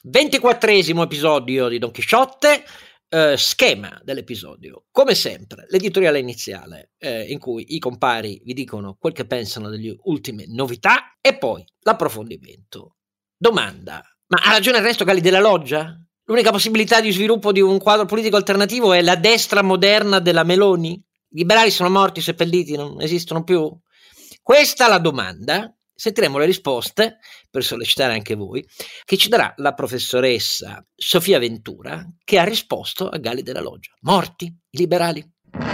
24esimo episodio di Don Chisciotte. Schema dell'episodio, come sempre, l'editoriale iniziale in cui i compari vi dicono quel che pensano delle ultime novità e poi l'approfondimento. Domanda: ma ha ragione Ernesto Galli della Loggia? L'unica possibilità di sviluppo di un quadro politico alternativo è la destra moderna della Meloni? I liberali sono morti, seppelliti, non esistono più? Questa è la domanda. Sentiremo le risposte, per sollecitare anche voi, che ci darà la professoressa Sofia Ventura, che ha risposto a Galli della Loggia. Morti i liberali?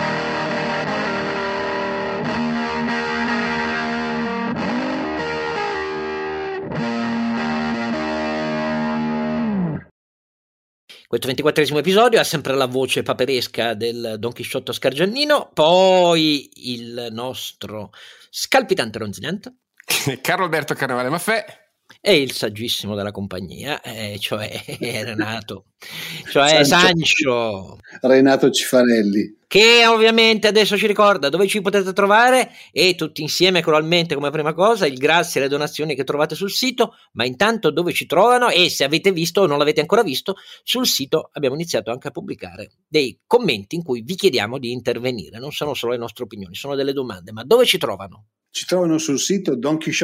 Questo 24esimo episodio ha sempre la voce paperesca del Don Chisciotto Scargiannino, poi il nostro scalpitante ronzinante Carlo Alberto Carnevale Maffè e il saggissimo della compagnia, cioè Renato, cioè Sancio Renato Cifarelli, che ovviamente adesso ci ricorda dove ci potete trovare e tutti insieme coralmente come prima cosa il grazie alle donazioni che trovate sul sito, ma intanto dove ci trovano e se avete visto o non l'avete ancora visto, sul sito abbiamo iniziato anche a pubblicare dei commenti in cui vi chiediamo di intervenire, non sono solo le nostre opinioni, sono delle domande, ma dove ci trovano? Ci trovano sul sito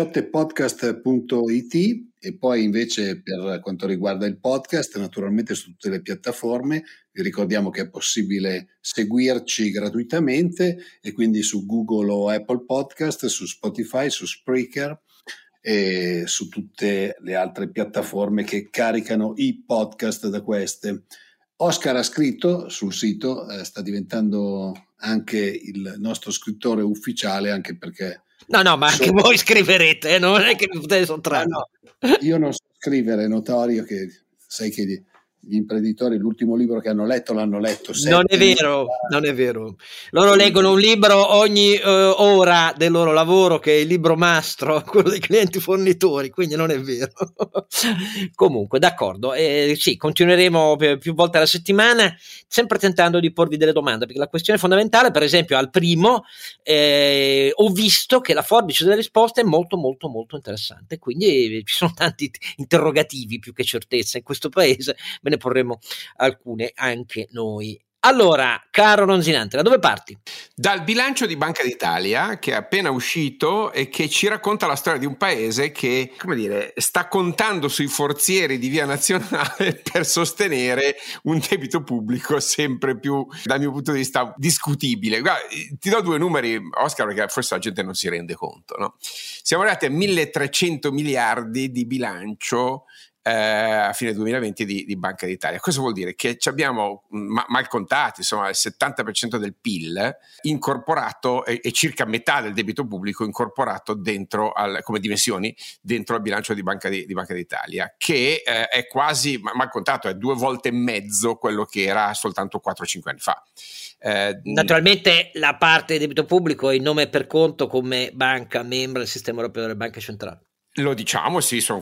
donchisciottepodcast.it e poi invece per quanto riguarda il podcast naturalmente su tutte le piattaforme. Vi ricordiamo che è possibile seguirci gratuitamente e quindi su Google o Apple Podcast, su Spotify, su Spreaker e su tutte le altre piattaforme che caricano i podcast da queste. Oscar ha scritto sul sito, sta diventando anche il nostro scrittore ufficiale, anche perché No, ma anche voi scriverete, non è che vi potete sottrarre. No, io non so scrivere, notorio che sai che gli imprenditori l'ultimo libro che hanno letto l'hanno letto. Non è vero. Loro leggono un libro ogni ora del loro lavoro, che è il libro mastro, quello dei clienti fornitori, quindi non è vero. Comunque, d'accordo, sì, continueremo più volte alla settimana, sempre tentando di porvi delle domande, perché la questione fondamentale, per esempio, al primo, ho visto che la forbice delle risposte è molto molto molto interessante, quindi ci sono tanti interrogativi più che certezze in questo paese. Ne porremo alcune anche noi. Allora, caro Ronzinante, da dove parti? Dal bilancio di Banca d'Italia che è appena uscito e che ci racconta la storia di un paese che, come dire, sta contando sui forzieri di Via Nazionale per sostenere un debito pubblico sempre più, dal mio punto di vista, discutibile. Guarda, ti do due numeri, Oscar, perché forse la gente non si rende conto, no? Siamo arrivati a 1.300 miliardi di bilancio a fine 2020 di Banca d'Italia. Cosa vuol dire? Che abbiamo mal contati, insomma il 70% del PIL incorporato e circa metà del debito pubblico incorporato dentro come dimensioni dentro al bilancio di Banca d'Italia, che è quasi mal contato, è 2 volte e mezzo quello che era soltanto 4-5 anni fa. Naturalmente la parte del debito pubblico è in nome e per conto come banca membro del sistema europeo delle banche centrali. Lo diciamo, sì, sono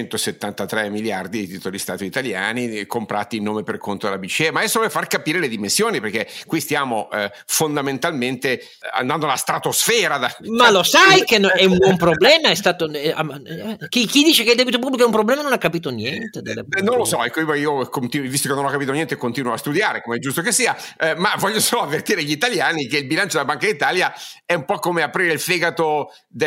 473 miliardi di titoli di Stato italiani comprati in nome per conto della BCE, ma è solo per far capire le dimensioni, perché qui stiamo fondamentalmente andando alla stratosfera. Ma lo sai che è un buon problema, è stato chi dice che il debito pubblico è un problema non ha capito niente. Non lo so, io visto che non ho capito niente continuo a studiare, come è giusto che sia, ma voglio solo avvertire gli italiani che il bilancio della Banca d'Italia è un po' come aprire il fegato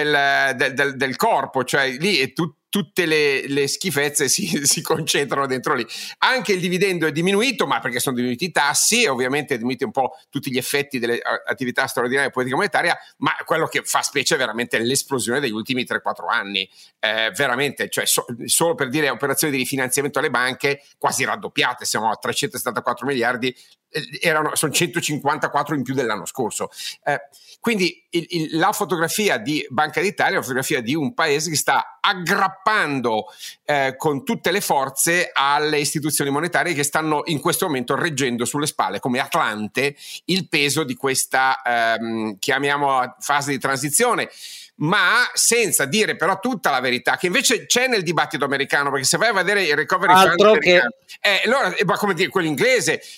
del corpo, cioè lì è tutte le schifezze si concentrano dentro lì. Anche il dividendo è diminuito, ma perché sono diminuiti i tassi e ovviamente è diminuito un po' tutti gli effetti delle attività straordinarie di politica monetaria, ma quello che fa specie è veramente l'esplosione degli ultimi 3-4 anni. Veramente, cioè solo per dire operazioni di rifinanziamento alle banche quasi raddoppiate, siamo a 374 miliardi, sono 154 in più dell'anno scorso. Quindi la fotografia di Banca d'Italia è una fotografia di un paese che sta aggrappando con tutte le forze alle istituzioni monetarie che stanno in questo momento reggendo sulle spalle come Atlante il peso di questa chiamiamola fase di transizione, ma senza dire però tutta la verità, che invece c'è nel dibattito americano, perché se vai a vedere il recovery fund americano, allora, come dire, quello inglese, cioè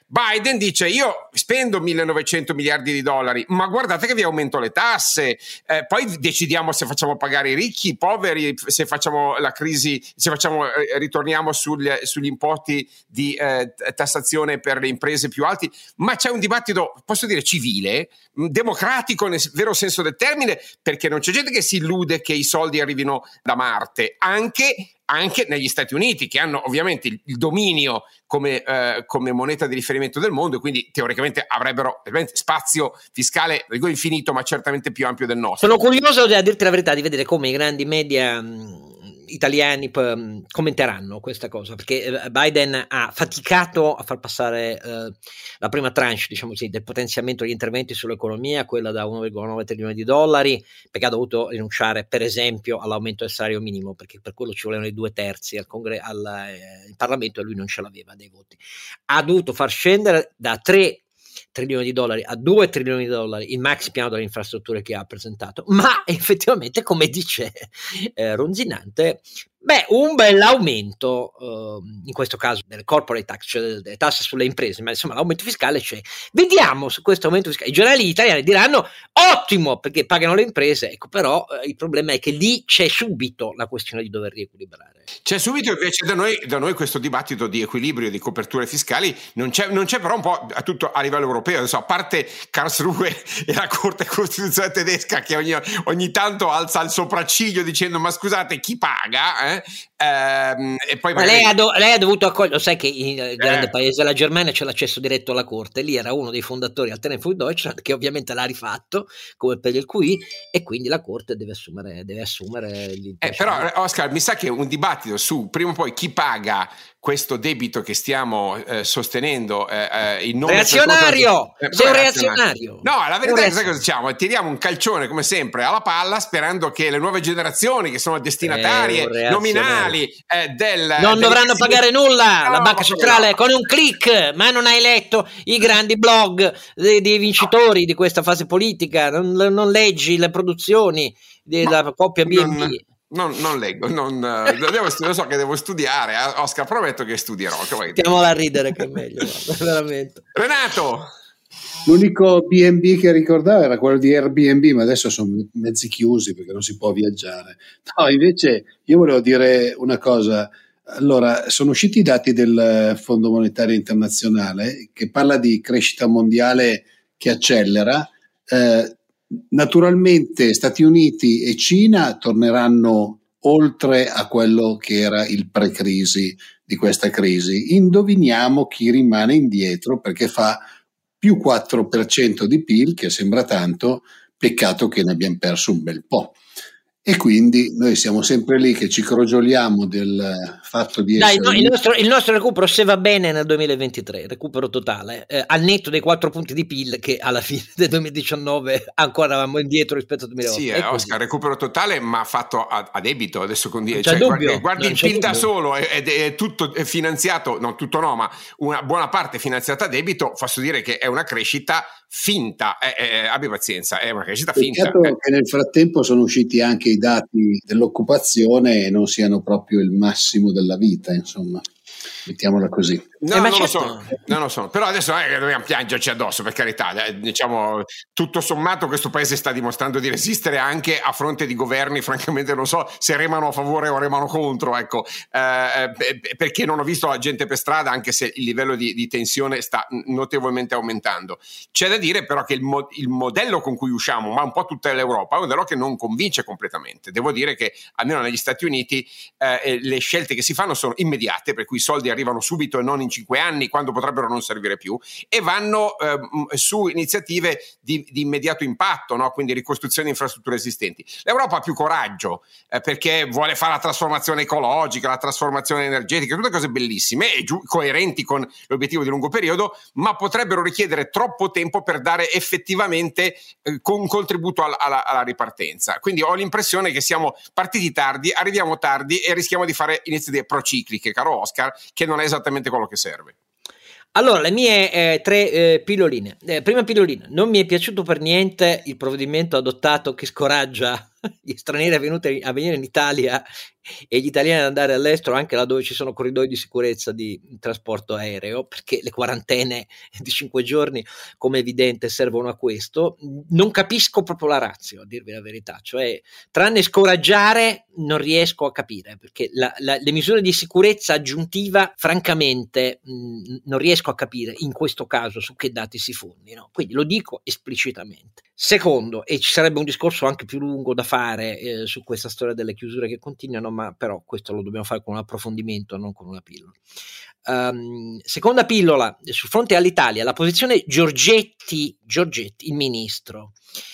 Biden dice: io spendo 1.900 miliardi di dollari, ma guardate che vi aumento le tasse, poi decidiamo se facciamo pagare i ricchi, i poveri, se facciamo la crisi, se ritorniamo sugli importi di tassazione per le imprese più alti. Ma c'è un dibattito, posso dire, civile, democratico nel vero senso del termine, perché non c'è gente che si illude che i soldi arrivino da Marte, anche negli Stati Uniti, che hanno ovviamente il dominio come moneta di riferimento del mondo, e quindi teoricamente avrebbero spazio fiscale, dico infinito, ma certamente più ampio del nostro. Sono curioso, a dirti la verità, di vedere come i grandi media italiani commenteranno questa cosa, perché Biden ha faticato a far passare la prima tranche, diciamo così, del potenziamento degli interventi sull'economia, quella da 1,9 trilioni di dollari, perché ha dovuto rinunciare per esempio all'aumento del salario minimo, perché per quello ci volevano i 2/3 al Parlamento e lui non ce l'aveva dei voti. Ha dovuto far scendere da 3 trilioni di dollari a 2 trilioni di dollari il maxi piano delle infrastrutture che ha presentato, ma effettivamente, come dice Ronzinante, un bel aumento in questo caso delle corporate tax, cioè delle tasse sulle imprese, ma insomma l'aumento fiscale c'è. Vediamo su questo aumento fiscale. I giornali italiani diranno ottimo perché pagano le imprese, ecco, però il problema è che lì c'è subito la questione di dover riequilibrare. C'è subito invece da noi questo dibattito di equilibrio, di coperture fiscali, non c'è però un po' a tutto a livello europeo, adesso, a parte Karlsruhe e la Corte Costituzionale tedesca che ogni tanto alza il sopracciglio dicendo ma scusate chi paga? E poi lei ha dovuto accogliere, lo sai che il grande paese, la Germania, c'è l'accesso diretto alla Corte, lì era uno dei fondatori al Telefonbuch Deutschland che ovviamente l'ha rifatto come per il QI e quindi la Corte deve assumere però Oscar, mi sa che un dibattito su prima o poi chi paga questo debito che stiamo sostenendo in nome reazionario! Sei un reazionario! No, la verità è che cosa facciamo? Tiriamo un calcione come sempre alla palla sperando che le nuove generazioni che sono destinatarie nominali non dovranno pagare nulla, la banca centrale con un click. Ma non hai letto i grandi blog dei vincitori di questa fase politica? Non leggi le produzioni della coppia B&B? Non leggo, lo so che devo studiare, Oscar, prometto che studierò. Stiamola a ridere che è meglio, veramente. Renato! L'unico B&B che ricordavo era quello di Airbnb, ma adesso sono mezzi chiusi perché non si può viaggiare. No, invece io volevo dire una cosa. Allora, sono usciti i dati del Fondo Monetario Internazionale che parla di crescita mondiale che accelera. Naturalmente Stati Uniti e Cina torneranno oltre a quello che era il pre-crisi di questa crisi. Indoviniamo chi rimane indietro perché fa più 4% di PIL, che sembra tanto, peccato che ne abbiamo perso un bel po'. E quindi noi siamo sempre lì che ci crogioliamo del fatto di essere... Il nostro recupero, se va bene, nel 2023, recupero totale, al netto dei 4 punti di PIL che alla fine del 2019 ancora eravamo indietro rispetto al 2008. Sì, Oscar, recupero totale, ma fatto a debito, adesso con guardi il PIL dubbio. Da solo ed è tutto finanziato, non tutto no, ma una buona parte finanziata a debito, posso dire che è una crescita finta, abbi pazienza, è una crescita finta. Che nel frattempo sono usciti anche i dati dell'occupazione e non siano proprio il massimo della vita, insomma, mettiamola così. No, non lo so, però adesso non è che dobbiamo piangerci addosso, per carità, diciamo, tutto sommato questo paese sta dimostrando di resistere anche a fronte di governi, francamente non so se remano a favore o remano contro, ecco, perché non ho visto la gente per strada, anche se il livello di tensione sta notevolmente aumentando. C'è da dire però che il modello con cui usciamo, ma un po' tutta l'Europa, è un modello che non convince completamente. Devo dire che almeno negli Stati Uniti le scelte che si fanno sono immediate, per cui i soldi arrivano subito e non in 5 anni, quando potrebbero non servire più, e vanno su iniziative di immediato impatto, no? Quindi ricostruzione di infrastrutture esistenti. L'Europa ha più coraggio perché vuole fare la trasformazione ecologica, la trasformazione energetica, tutte cose bellissime e coerenti con l'obiettivo di lungo periodo, ma potrebbero richiedere troppo tempo per dare effettivamente un contributo alla ripartenza. Quindi ho l'impressione che siamo partiti tardi, arriviamo tardi e rischiamo di fare iniziative procicliche, caro Oscar, che non è esattamente quello che serve. Allora, le mie 3 pilloline. Prima pillolina: non mi è piaciuto per niente il provvedimento adottato che scoraggia gli stranieri a venire in Italia e gli italiani ad andare all'estero anche laddove ci sono corridoi di sicurezza di trasporto aereo, perché le quarantene di 5 giorni, come è evidente, servono a questo. Non capisco proprio la ratio, a dirvi la verità, cioè tranne scoraggiare non riesco a capire, perché le misure di sicurezza aggiuntiva francamente non riesco a capire in questo caso su che dati si fondino, quindi lo dico esplicitamente. Secondo, e ci sarebbe un discorso anche più lungo da fare su questa storia delle chiusure che continuano, ma però questo lo dobbiamo fare con un approfondimento, non con una pillola. Seconda pillola, sul fronte all'Italia, la posizione Giorgetti, il ministro,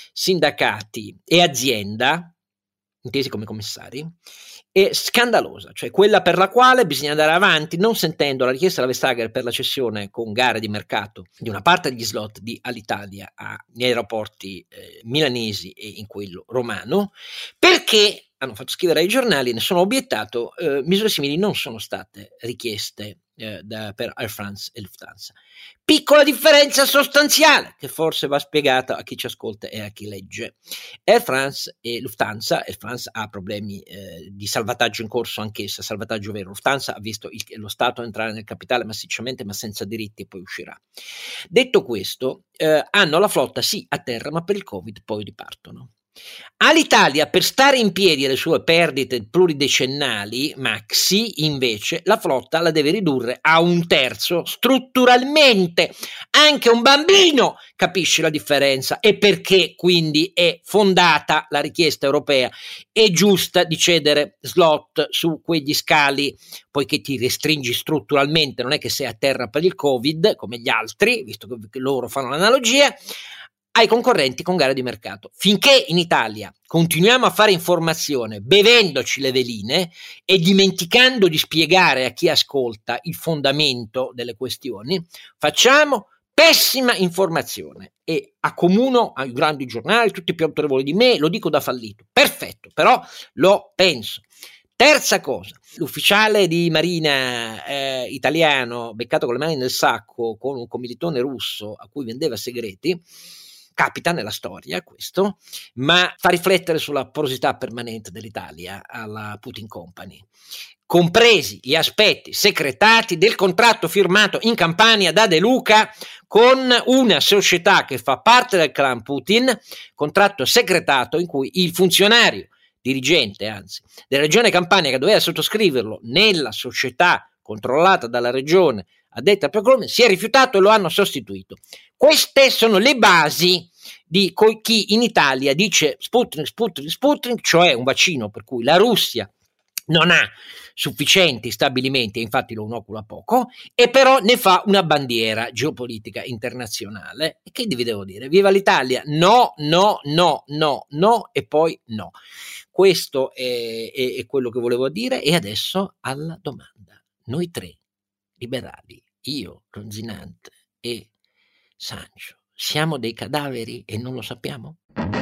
sindacati e azienda, intesi come commissari, è scandalosa, cioè quella per la quale bisogna andare avanti non sentendo la richiesta della Vestager per la cessione con gare di mercato di una parte degli slot di Alitalia agli aeroporti milanesi e in quello romano, perché hanno fatto scrivere ai giornali, ne sono obiettato, misure simili non sono state richieste per Air France e Lufthansa. Piccola differenza sostanziale che forse va spiegata a chi ci ascolta e a chi legge. Air France e Lufthansa, Air France ha problemi di salvataggio in corso anch'essa, salvataggio vero. Lufthansa ha visto lo Stato entrare nel capitale massicciamente ma senza diritti e poi uscirà. Detto questo, hanno la flotta sì a terra ma per il Covid poi ripartono. All'Italia, per stare in piedi le sue perdite pluridecennali maxi, invece la flotta la deve ridurre a 1/3 strutturalmente. Anche un bambino capisce la differenza e perché quindi è fondata la richiesta europea. È giusta di cedere slot su quegli scali, poiché ti restringi strutturalmente, non è che sei a terra per il Covid come gli altri, visto che loro fanno l'analogia, ai concorrenti con gare di mercato. Finché in Italia continuiamo a fare informazione bevendoci le veline e dimenticando di spiegare a chi ascolta il fondamento delle questioni, facciamo pessima informazione e accomuno ai grandi giornali, tutti più autorevoli di me, lo dico da fallito. Perfetto, però lo penso. Terza cosa, l'ufficiale di marina italiano beccato con le mani nel sacco con un commilitone russo a cui vendeva segreti, capita nella storia questo, ma fa riflettere sulla porosità permanente dell'Italia alla Putin Company, compresi gli aspetti secretati del contratto firmato in Campania da De Luca con una società che fa parte del clan Putin, contratto secretato in cui il funzionario dirigente, anzi, della regione Campania che doveva sottoscriverlo nella società controllata dalla regione addetta al procurement si è rifiutato e lo hanno sostituito. Queste sono le basi di chi in Italia dice Sputnik, cioè un vaccino per cui la Russia non ha sufficienti stabilimenti e infatti lo inocula poco, e però ne fa una bandiera geopolitica internazionale. E che vi devo dire? Viva l'Italia! No e poi no. Questo è quello che volevo dire, e adesso alla domanda. Noi tre liberali, io, Ronzinante e Sancio, siamo dei cadaveri e non lo sappiamo?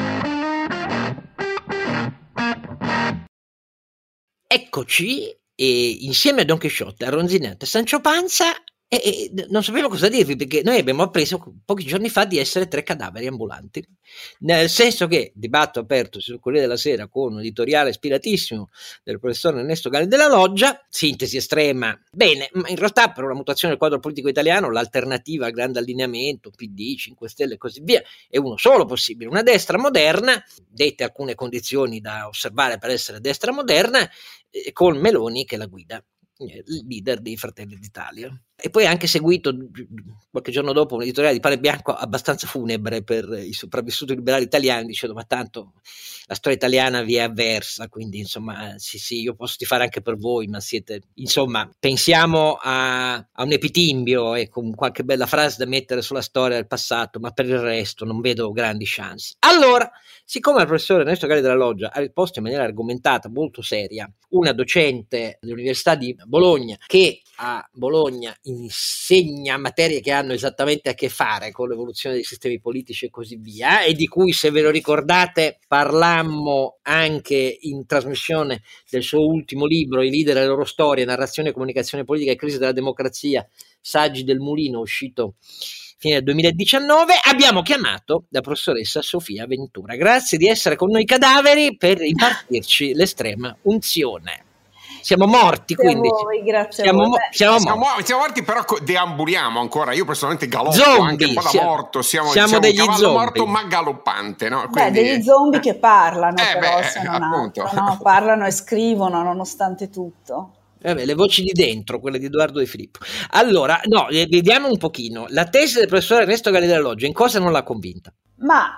Eccoci, e insieme a Don Chisciotte, a Ronzinante e Sancio Panza, e non sapevo cosa dirvi, perché noi abbiamo appreso pochi giorni fa di essere 3 cadaveri ambulanti, nel senso che, dibattito aperto sul Corriere della Sera con un editoriale ispiratissimo del professor Ernesto Galli della Loggia, sintesi estrema, bene, ma in realtà per una mutazione del quadro politico italiano l'alternativa al grande allineamento, PD, 5 Stelle e così via, è uno solo possibile, una destra moderna, dette alcune condizioni da osservare per essere destra moderna, con Meloni che la guida, il leader dei Fratelli d'Italia. E poi ha anche seguito qualche giorno dopo un editoriale di Pane Bianco abbastanza funebre per i sopravvissuti liberali italiani, dicendo ma tanto la storia italiana vi è avversa, quindi insomma sì, io posso tifare anche per voi, ma siete, insomma, pensiamo a un epitimbio e con qualche bella frase da mettere sulla storia del passato, ma per il resto non vedo grandi chance. Allora, siccome il professore Ernesto Galli della Loggia ha risposto in maniera argomentata, molto seria, una docente dell'Università di Bologna che a Bologna insegna materie che hanno esattamente a che fare con l'evoluzione dei sistemi politici e così via, e di cui, se ve lo ricordate, parlammo anche in trasmissione del suo ultimo libro, I leader e le loro storie, narrazione, comunicazione politica e crisi della democrazia, saggi del mulino, uscito fine del 2019, abbiamo chiamato la professoressa Sofia Ventura. Grazie di essere con noi cadaveri per impartirci l'estrema unzione. Siamo morti, quindi. Grazie a voi. Siamo morti, però deambuliamo ancora. Io personalmente galoppo zombie, anche un po' da morto. Siamo degli un cavallo zombie morto ma galoppante, no? Quindi, degli zombie che parlano, però se non appunto. altro, no? Parlano e scrivono nonostante tutto. Le voci di dentro, quelle di Edoardo De Filippo. Allora, no, vediamo un pochino. La tesi del professore Ernesto Galli della Loggia in cosa non l'ha convinta? Ma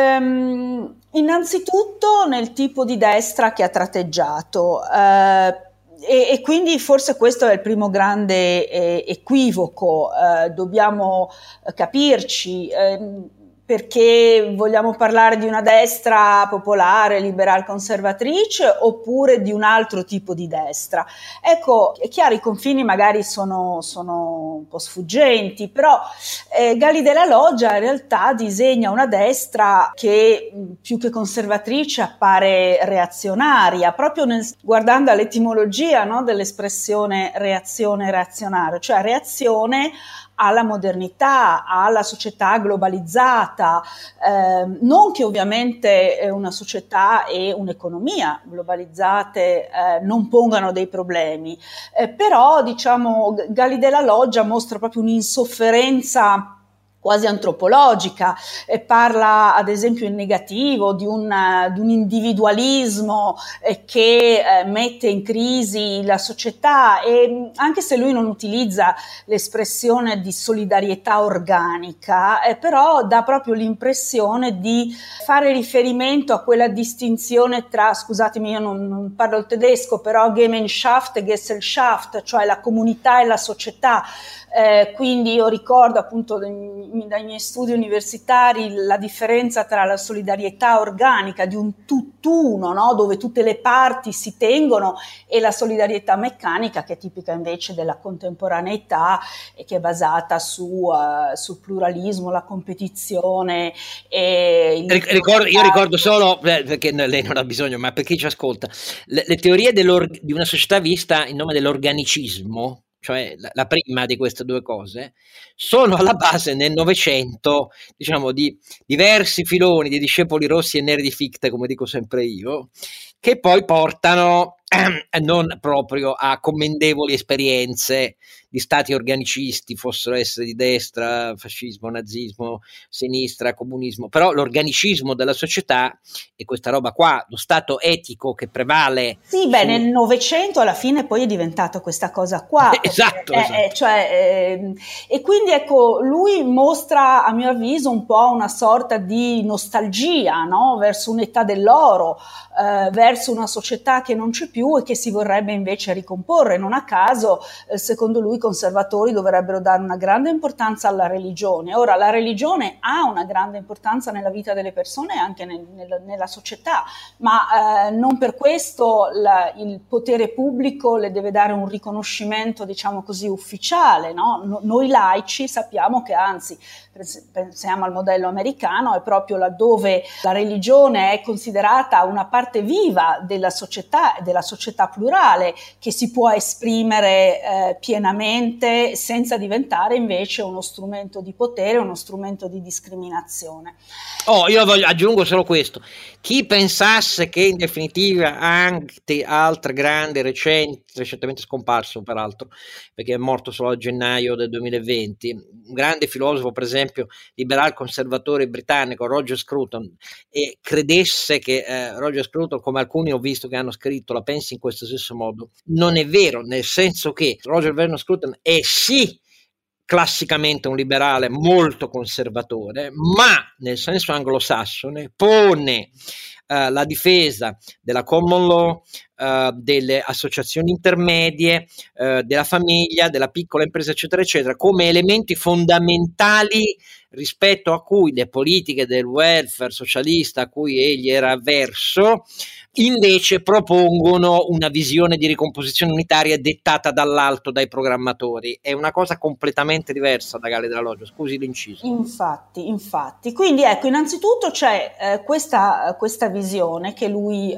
innanzitutto nel tipo di destra che ha tratteggiato, e quindi forse questo è il primo grande equivoco. Dobbiamo capirci. Perché vogliamo parlare di una destra popolare, liberal conservatrice, oppure di un altro tipo di destra? Ecco, è chiaro, i confini magari sono un po' sfuggenti, però Galli della Loggia in realtà disegna una destra che più che conservatrice appare reazionaria, proprio guardando all'etimologia, no, dell'espressione reazione reazionario, cioè reazione alla modernità, alla società globalizzata, non che ovviamente una società e un'economia globalizzate non pongano dei problemi, però diciamo Galli della Loggia mostra proprio un'insofferenza quasi antropologica, parla ad esempio in negativo di un individualismo che mette in crisi la società, e anche se lui non utilizza l'espressione di solidarietà organica, però dà proprio l'impressione di fare riferimento a quella distinzione tra, scusatemi io non parlo il tedesco, però Gemeinschaft e Gesellschaft, cioè la comunità e la società. Quindi io ricordo appunto dai miei studi universitari la differenza tra la solidarietà organica di un tutt'uno, no? Dove tutte le parti si tengono, e la solidarietà meccanica che è tipica invece della contemporaneità e che è basata sul pluralismo, la competizione. Io ricordo solo, perché lei non ha bisogno, ma per chi ci ascolta, le teorie di una società vista in nome dell'organicismo, cioè la prima di queste due cose, sono alla base nel Novecento, diciamo, di diversi filoni di discepoli rossi e neri di Fichte, come dico sempre io, che poi portano non proprio a commendevoli esperienze di stati organicisti, fossero essere di destra, fascismo, nazismo, sinistra, comunismo, però l'organicismo della società è questa roba qua, lo stato etico che prevale. Sì, nel Novecento alla fine poi è diventato questa cosa qua. Esatto. E quindi ecco, lui mostra a mio avviso un po' una sorta di nostalgia, no? Verso un'età dell'oro, verso una società che non c'è più e che si vorrebbe invece ricomporre. Non a caso, secondo lui, i conservatori dovrebbero dare una grande importanza alla religione. Ora, la religione ha una grande importanza nella vita delle persone e anche nella società, ma non per questo il potere pubblico le deve dare un riconoscimento, diciamo così, ufficiale, no? Noi laici sappiamo che, anzi, pensiamo al modello americano, è proprio laddove la religione è considerata una parte viva della società plurale, che si può esprimere pienamente senza diventare invece uno strumento di potere, uno strumento di discriminazione. Io aggiungo solo questo: chi pensasse che in definitiva anche altre grandi recentemente scomparso peraltro, perché è morto solo a gennaio del 2020, un grande filosofo per esempio liberal conservatore britannico, Roger Scruton, e credesse che Roger Scruton, come alcuni ho visto che hanno scritto, la pensi in questo stesso modo, non è vero, nel senso che Roger Vernon Scruton è sì classicamente un liberale molto conservatore, ma nel senso anglosassone pone la difesa della common law, delle associazioni intermedie, della famiglia, della piccola impresa, eccetera, eccetera, come elementi fondamentali rispetto a cui le politiche del welfare socialista a cui egli era avverso invece propongono una visione di ricomposizione unitaria dettata dall'alto dai programmatori. È una cosa completamente diversa da Galli della Loggia, scusi l'inciso. Infatti. Quindi ecco, innanzitutto c'è questa visione che lui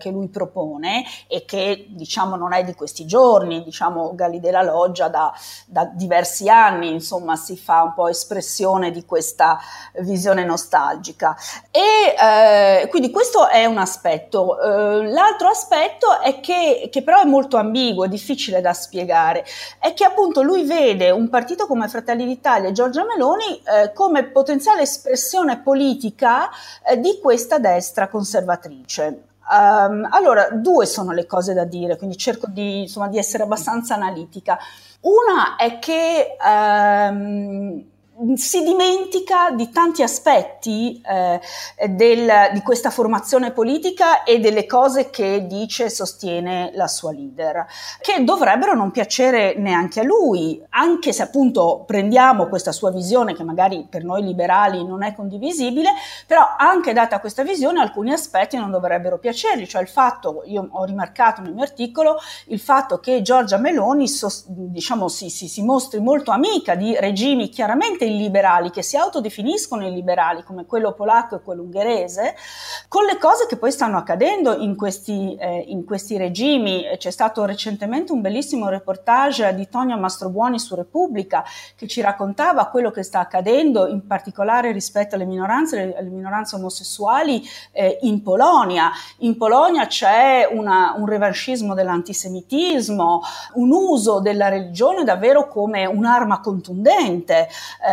propone, e che diciamo non è di questi giorni, diciamo Galli della Loggia da diversi anni insomma si fa un po' espressione di questa visione nostalgica, e quindi questo è un aspetto. L'altro aspetto è che però è molto ambiguo, è difficile da spiegare, è che appunto lui vede un partito come Fratelli d'Italia e Giorgia Meloni come potenziale espressione politica di questa destra conservatrice. Allora, due sono le cose da dire, quindi cerco di essere abbastanza analitica. Una è che si dimentica di tanti aspetti di questa formazione politica e delle cose che dice e sostiene la sua leader, che dovrebbero non piacere neanche a lui, anche se appunto prendiamo questa sua visione che magari per noi liberali non è condivisibile, però anche data questa visione alcuni aspetti non dovrebbero piacergli, cioè il fatto, io ho rimarcato nel mio articolo, il fatto che Giorgia Meloni si mostri molto amica di regimi chiaramente illiberali, che si autodefiniscono illiberali come quello polacco e quello ungherese, con le cose che poi stanno accadendo in questi regimi. C'è stato recentemente un bellissimo reportage di Tonia Mastrobuoni su Repubblica che ci raccontava quello che sta accadendo in particolare rispetto alle minoranze omosessuali in Polonia. In Polonia c'è un revanchismo dell'antisemitismo, un uso della religione davvero come un'arma contundente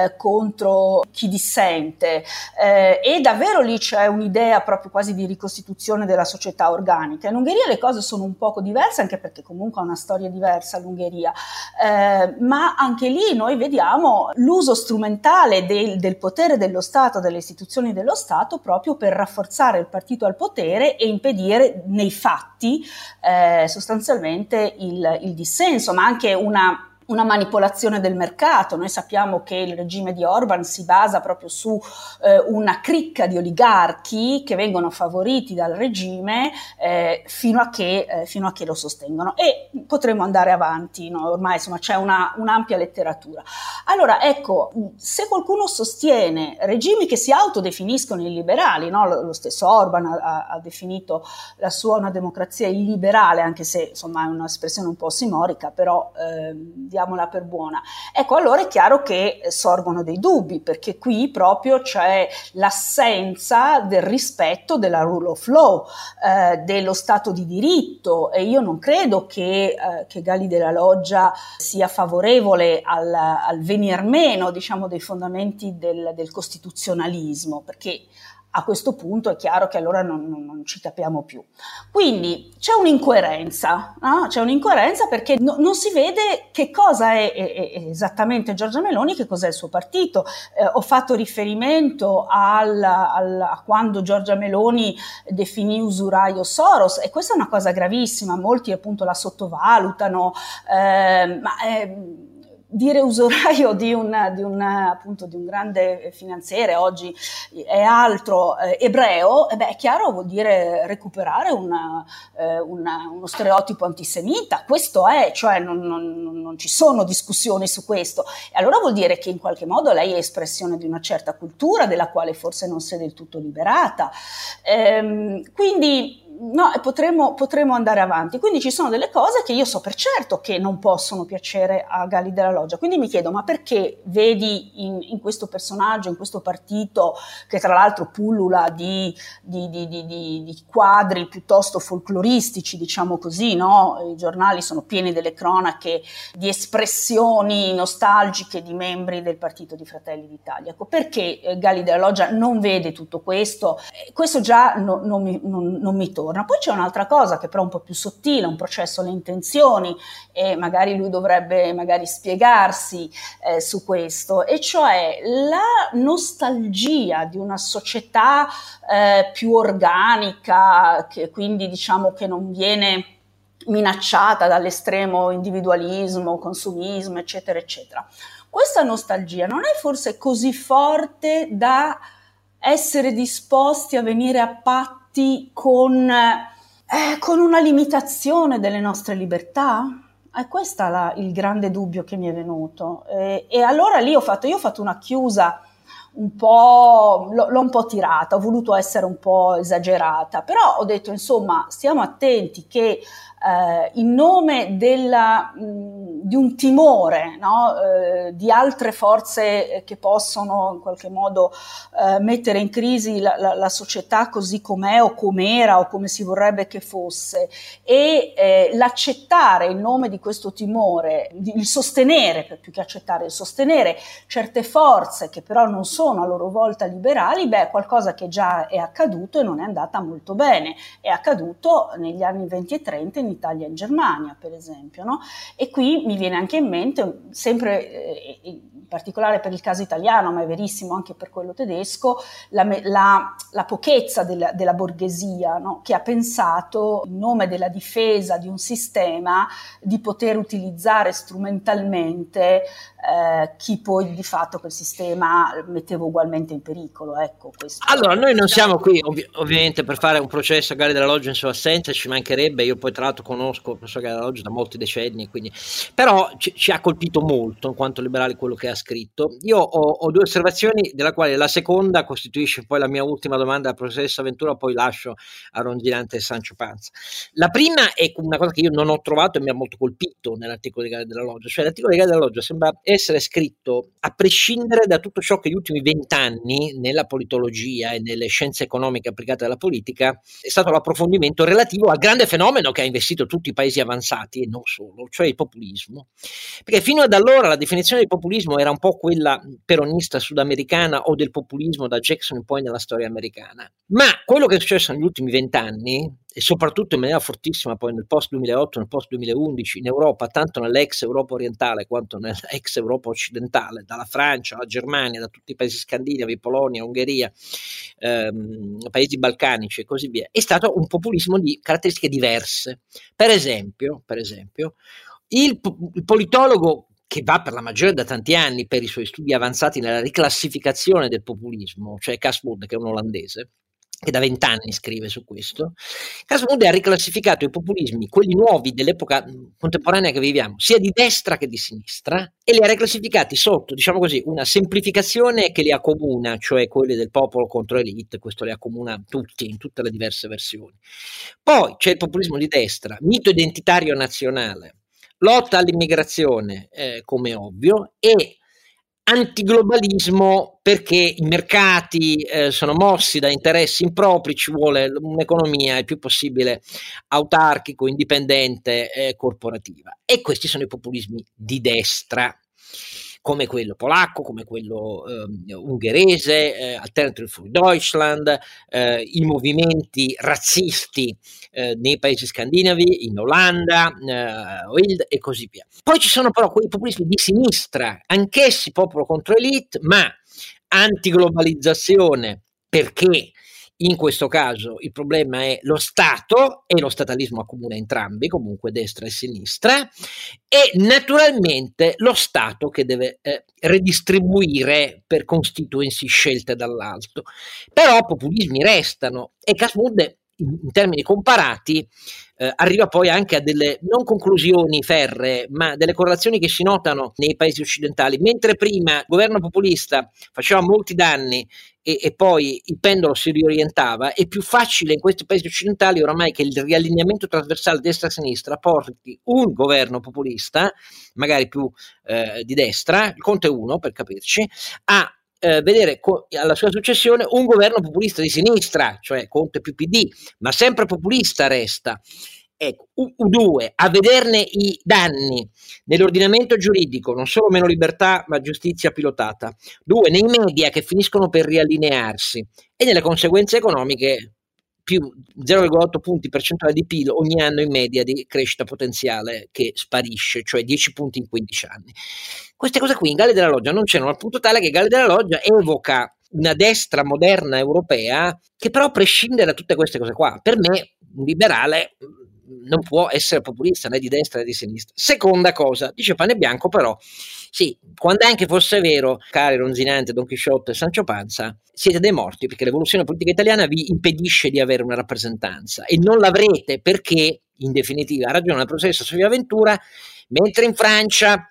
contro chi dissente, e davvero lì c'è un'idea proprio quasi di ricostituzione della società organica. In Ungheria le cose sono un poco diverse, anche perché comunque ha una storia diversa l'Ungheria, ma anche lì noi vediamo l'uso strumentale del potere dello Stato, delle istituzioni dello Stato, proprio per rafforzare il partito al potere e impedire nei fatti sostanzialmente il dissenso, ma anche una manipolazione del mercato. Noi sappiamo che il regime di Orban si basa proprio su una cricca di oligarchi che vengono favoriti dal regime fino a che lo sostengono, e potremo andare avanti, no? Ormai insomma c'è un'ampia letteratura. Allora ecco, se qualcuno sostiene regimi che si autodefiniscono illiberali, no? Lo stesso Orban ha definito la sua una democrazia illiberale, anche se insomma è un'espressione un po' ossimorica, però diamola per buona. Ecco, allora è chiaro che sorgono dei dubbi, perché qui proprio c'è l'assenza del rispetto della rule of law, dello Stato di diritto, e io non credo che Gali Della Loggia sia favorevole al venir meno, diciamo, dei fondamenti del costituzionalismo, perché a questo punto è chiaro che allora non ci capiamo più. Quindi c'è un'incoerenza, no? C'è un'incoerenza perché non si vede che cosa è esattamente Giorgia Meloni, che cos'è il suo partito. Ho fatto riferimento a quando Giorgia Meloni definì usuraio Soros, e questa è una cosa gravissima, molti appunto la sottovalutano, dire usuraio di un grande finanziere oggi è altro, ebreo, è chiaro, vuol dire recuperare uno stereotipo antisemita. Questo è, cioè non ci sono discussioni su questo, e allora vuol dire che in qualche modo lei è espressione di una certa cultura della quale forse non si è del tutto liberata, quindi no, potremo andare avanti. Quindi ci sono delle cose che io so per certo che non possono piacere a Gali Della Loggia, quindi mi chiedo, ma perché vedi in questo personaggio, in questo partito, che tra l'altro pullula di quadri piuttosto folcloristici, diciamo così, no? I giornali sono pieni delle cronache di espressioni nostalgiche di membri del partito di Fratelli d'Italia. Ecco, perché Gali Della Loggia non vede tutto questo? Questo già non mi torna. Poi c'è un'altra cosa che però è un po' più sottile, un processo alle intenzioni, e magari lui dovrebbe spiegarsi su questo, e cioè la nostalgia di una società più organica, che quindi diciamo che non viene minacciata dall'estremo individualismo, consumismo, eccetera, eccetera. Questa nostalgia non è forse così forte da essere disposti a venire a patti con una limitazione delle nostre libertà? È questo il grande dubbio che mi è venuto. E allora lì io ho fatto una chiusa un po', l'ho un po' tirata, ho voluto essere un po' esagerata, però ho detto insomma stiamo attenti che in nome di un timore, no? Di altre forze che possono in qualche modo mettere in crisi la società così com'è o com'era o come si vorrebbe che fosse, e l'accettare in nome di questo timore, il sostenere, più che accettare, il sostenere certe forze che però non sono a loro volta liberali, è qualcosa che già è accaduto e non è andata molto bene. È accaduto negli anni 20 e 30 in Italia e in Germania, per esempio, no? E qui mi viene anche in mente, sempre in particolare per il caso italiano, ma è verissimo anche per quello tedesco, la pochezza della borghesia, no? Che ha pensato, in nome della difesa di un sistema, di poter utilizzare strumentalmente chi poi di fatto quel sistema metteva ugualmente in pericolo. Ecco, questo. Allora, noi non siamo qui ovviamente per fare un processo a Galli della Loggia in sua assenza, ci mancherebbe. Io poi tra l'altro conosco il professor Galli della Loggia da molti decenni, quindi, però ci ha colpito molto in quanto liberali quello che ha scritto. Io ho due osservazioni, della quale la seconda costituisce poi la mia ultima domanda alla professoressa Ventura, poi lascio a Ronzinante e Sancio Panza. La prima è una cosa che io non ho trovato e mi ha molto colpito nell'articolo di Galli della Loggia, cioè l'articolo di Galli della Loggia sembra essere scritto a prescindere da tutto ciò che negli ultimi 20 anni nella politologia e nelle scienze economiche applicate alla politica è stato l'approfondimento relativo al grande fenomeno che ha investito tutti i paesi avanzati e non solo, cioè il populismo. Perché fino ad allora la definizione di populismo era un po' quella peronista sudamericana o del populismo da Jackson in poi nella storia americana. Ma quello che è successo negli ultimi 20 anni, e soprattutto in maniera fortissima poi nel post 2008, nel post 2011 in Europa, tanto nell'ex Europa orientale quanto nell'ex Europa occidentale, dalla Francia alla Germania, da tutti i paesi scandinavi, Polonia, Ungheria, paesi balcanici e così via, è stato un populismo di caratteristiche diverse. Per esempio il politologo che va per la maggiore da tanti anni per i suoi studi avanzati nella riclassificazione del populismo, cioè Casmud, che è un olandese, che da 20 anni scrive su questo. Casmud ha riclassificato i populismi, quelli nuovi dell'epoca contemporanea che viviamo, sia di destra che di sinistra, e li ha riclassificati sotto, diciamo così, una semplificazione che li accomuna, cioè quelli del popolo contro elite, questo li accomuna tutti, in tutte le diverse versioni. Poi c'è il populismo di destra, mito identitario nazionale, lotta all'immigrazione, come ovvio, e antiglobalismo perché i mercati sono mossi da interessi impropri, ci vuole un'economia il più possibile autarchico, indipendente, corporativa. E questi sono i populismi di destra, come quello polacco, come quello ungherese, Alternative für Deutschland, i movimenti razzisti nei paesi scandinavi, in Olanda, e così via. Poi ci sono però quei populismi di sinistra, anch'essi popolo contro elite, ma antiglobalizzazione, perché in questo caso il problema è lo Stato, e lo statalismo accomuna entrambi, comunque destra e sinistra, e naturalmente lo Stato che deve redistribuire per constituency scelte dall'alto. Però populismi restano, e Casmud in termini comparati arriva poi anche a delle non conclusioni ferree, ma delle correlazioni che si notano nei paesi occidentali. Mentre prima il governo populista faceva molti danni e poi il pendolo si riorientava, è più facile in questi paesi occidentali oramai che il riallineamento trasversale destra-sinistra porti un governo populista, magari più di destra, il Conte 1 per capirci, a vedere alla sua successione un governo populista di sinistra, cioè Conte più PD, ma sempre populista resta. Ecco, U2, a vederne i danni nell'ordinamento giuridico, non solo meno libertà ma giustizia pilotata, 2, nei media che finiscono per riallinearsi, e nelle conseguenze economiche più 0,8 punti percentuali di PIL ogni anno in media di crescita potenziale che sparisce, cioè 10 punti in 15 anni. Queste cose qui in Galli della Loggia non c'erano, al punto tale che Galli della Loggia evoca una destra moderna europea che però prescinde da tutte queste cose qua. Per me un liberale non può essere populista né di destra né di sinistra. Seconda cosa, dice Panebianco, però sì, quando anche fosse vero, cari Ronzinante, Don Chisciotte e Sancio Panza, siete dei morti, perché l'evoluzione politica italiana vi impedisce di avere una rappresentanza, e non l'avrete perché, in definitiva, ha ragione la professoressa Sofia Ventura, mentre in Francia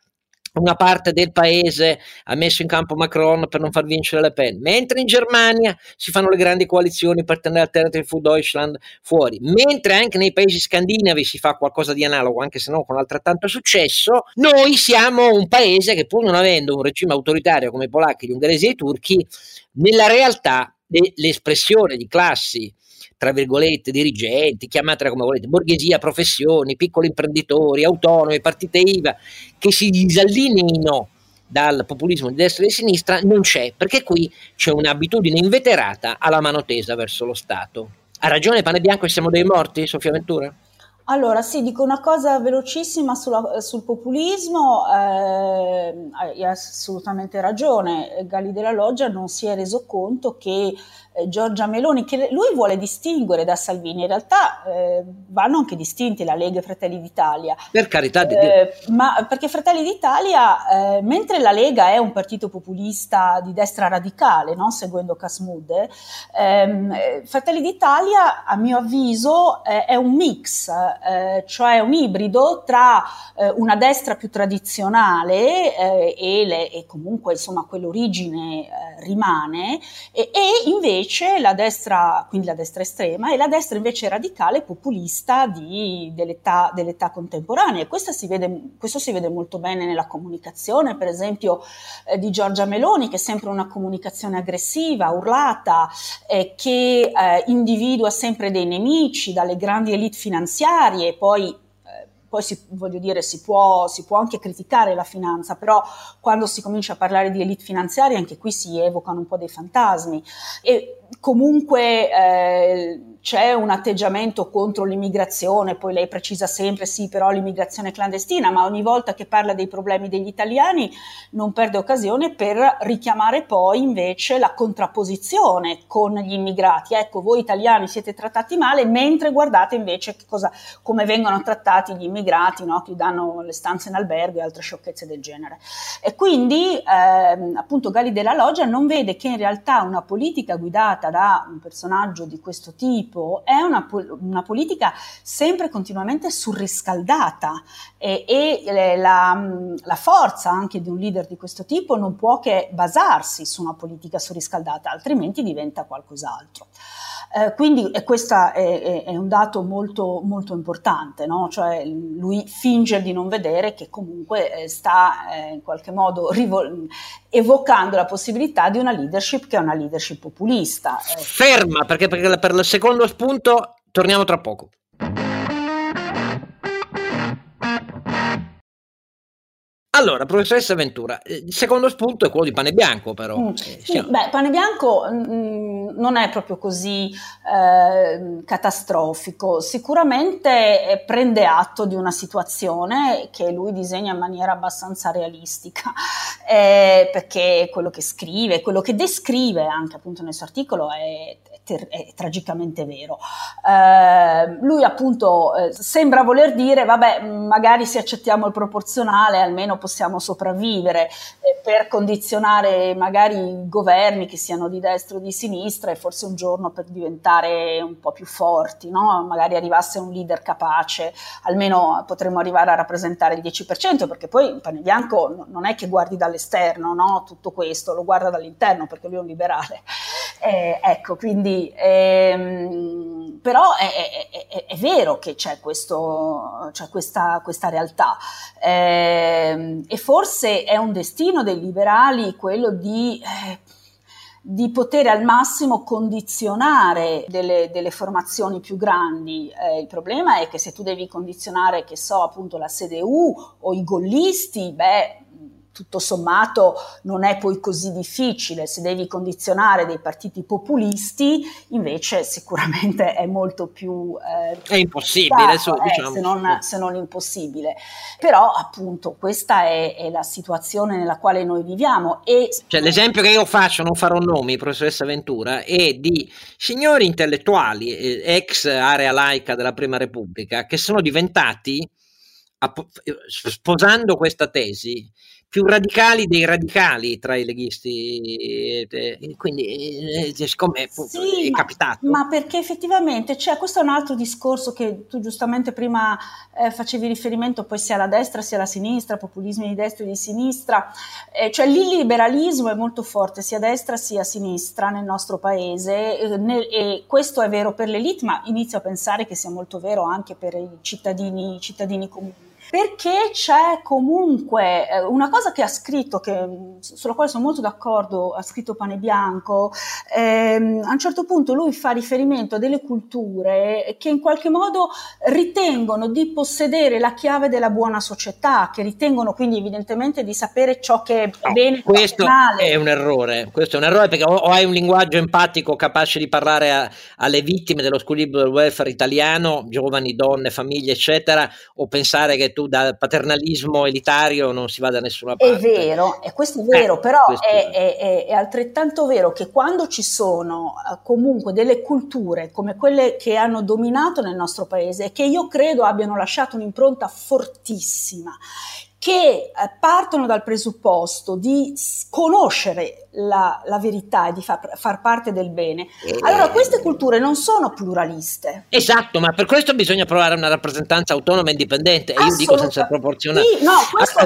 una parte del paese ha messo in campo Macron per non far vincere Le Pen, mentre in Germania si fanno le grandi coalizioni per tenere Alternative für Deutschland fuori, mentre anche nei paesi scandinavi si fa qualcosa di analogo, anche se non con altrettanto successo, noi siamo un paese che, pur non avendo un regime autoritario come i polacchi, gli ungheresi e i turchi, nella realtà l'espressione di classi, tra virgolette, dirigenti, chiamatela come volete, borghesia, professioni, piccoli imprenditori, autonomi, partite IVA, che si disallineino dal populismo di destra e di sinistra, non c'è, perché qui c'è un'abitudine inveterata alla mano tesa verso lo Stato. Ha ragione Panebianco e siamo dei morti, Sofia Ventura? Allora, sì, dico una cosa velocissima sul populismo, hai assolutamente ragione. Gali della Loggia non si è reso conto che Giorgia Meloni, che lui vuole distinguere da Salvini, in realtà vanno anche distinti la Lega e Fratelli d'Italia. Per carità di Dio. Ma perché Fratelli d'Italia, mentre la Lega è un partito populista di destra radicale, no? Seguendo Casmude, Fratelli d'Italia, a mio avviso, è un mix, cioè un ibrido tra una destra più tradizionale e comunque insomma quell'origine rimane e invece la destra, quindi la destra estrema, e la destra invece radicale populista dell'età contemporanea. E questo si vede molto bene nella comunicazione, per esempio di Giorgia Meloni, che è sempre una comunicazione aggressiva, urlata, che individua sempre dei nemici, dalle grandi elite finanziarie, poi voglio dire, si può anche criticare la finanza, però quando si comincia a parlare di elite finanziarie anche qui si evocano un po' dei fantasmi e comunque c'è un atteggiamento contro l'immigrazione, poi lei precisa sempre sì, però l'immigrazione clandestina, ma ogni volta che parla dei problemi degli italiani non perde occasione per richiamare poi invece la contrapposizione con gli immigrati. Ecco, voi italiani siete trattati male, mentre guardate invece come vengono trattati gli immigrati, no? Che danno le stanze in albergo e altre sciocchezze del genere. E quindi appunto Gali della Loggia non vede che in realtà una politica guidata da un personaggio di questo tipo è una politica sempre continuamente surriscaldata e la forza anche di un leader di questo tipo non può che basarsi su una politica surriscaldata, altrimenti diventa qualcos'altro. Quindi questo è un dato molto, molto importante, no? Cioè lui finge di non vedere che comunque sta in qualche modo evocando la possibilità di una leadership che è una leadership populista. Ferma, perché per il secondo spunto torniamo tra poco. Allora, professoressa Ventura, il secondo spunto è quello di Panebianco, però. Sì, Panebianco non è proprio così catastrofico, sicuramente prende atto di una situazione che lui disegna in maniera abbastanza realistica, perché quello che scrive, quello che descrive anche appunto nel suo articolo è tragicamente vero. Lui appunto sembra voler dire vabbè, magari se accettiamo il proporzionale almeno possiamo sopravvivere, per condizionare magari governi che siano di destra o di sinistra e forse un giorno per diventare un po' più forti, no? Magari arrivasse un leader capace, almeno potremmo arrivare a rappresentare il 10%, perché poi Panebianco non è che guardi dall'esterno, no? Tutto questo lo guarda dall'interno perché lui è un liberale. Ecco, quindi però è vero che c'è questa realtà e forse è un destino dei liberali quello di poter al massimo condizionare delle formazioni più grandi. Il problema è che se tu devi condizionare, che so, appunto la CDU o i gollisti, tutto sommato non è poi così difficile. Se devi condizionare dei partiti populisti invece sicuramente è molto più è impossibile, diciamo. se non impossibile, però appunto questa è la situazione nella quale noi viviamo. Cioè, l'esempio che io faccio, non farò nomi, professoressa Ventura, è di signori intellettuali ex area laica della Prima Repubblica che sono diventati, sposando questa tesi, più radicali dei radicali tra i leghisti, quindi siccome sì, è capitato. Ma perché effettivamente questo è un altro discorso che tu giustamente prima facevi riferimento poi sia alla destra sia alla sinistra, populismi di destra e di sinistra, cioè l'illiberalismo è molto forte sia a destra sia a sinistra nel nostro paese, e questo è vero per l'elite, ma inizio a pensare che sia molto vero anche per i cittadini comuni. Perché c'è comunque una cosa che ha scritto, sulla quale sono molto d'accordo, ha scritto Panebianco, a un certo punto lui fa riferimento a delle culture che in qualche modo ritengono di possedere la chiave della buona società, che ritengono quindi evidentemente di sapere ciò che è bene e questo male. È un errore perché o hai un linguaggio empatico capace di parlare alle vittime dello squilibrio del welfare italiano, giovani, donne, famiglie eccetera, o pensare che tu dal paternalismo elitario non si va da nessuna parte. È vero, e questo è vero, però è altrettanto vero che quando ci sono comunque delle culture come quelle che hanno dominato nel nostro paese e che io credo abbiano lasciato un'impronta fortissima, che partono dal presupposto di conoscere la verità e di far parte del bene. Allora queste culture non sono pluraliste. Esatto, ma per questo bisogna provare una rappresentanza autonoma e indipendente, e io dico senza proporzionale. Sì, no,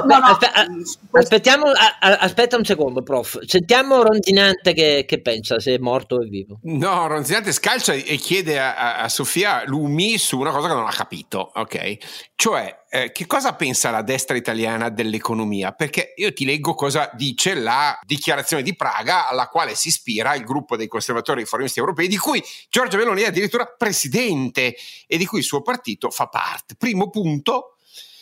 aspetta un secondo, prof. Sentiamo Ronzinante che pensa, se è morto o è vivo. No, Ronzinante scalcia e chiede a Sofia Lumi su una cosa che non ha capito, ok? Cioè, che cosa pensa la destra italiana dell'economia? Perché io ti leggo cosa dice la dichiarazione di Praga alla quale si ispira il gruppo dei conservatori riformisti europei, di cui Giorgia Meloni è addirittura presidente e di cui il suo partito fa parte. Primo punto,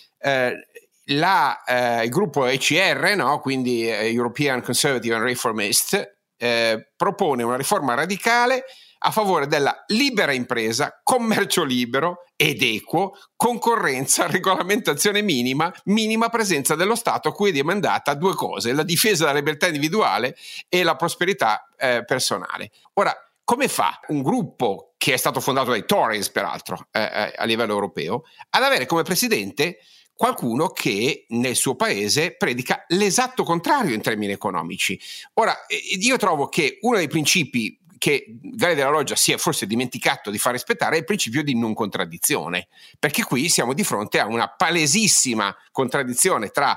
il gruppo ECR, no? Quindi European Conservative and Reformist, propone una riforma radicale a favore della libera impresa, commercio libero ed equo, concorrenza, regolamentazione minima presenza dello Stato, a cui è demandata due cose: la difesa della libertà individuale e la prosperità personale. Ora, come fa un gruppo che è stato fondato dai Tories, peraltro, a livello europeo, ad avere come presidente qualcuno che nel suo paese predica l'esatto contrario in termini economici? Ora, io trovo che uno dei principi che Galli della Loggia si è forse dimenticato di far rispettare è il principio di non contraddizione, perché qui siamo di fronte a una palesissima contraddizione tra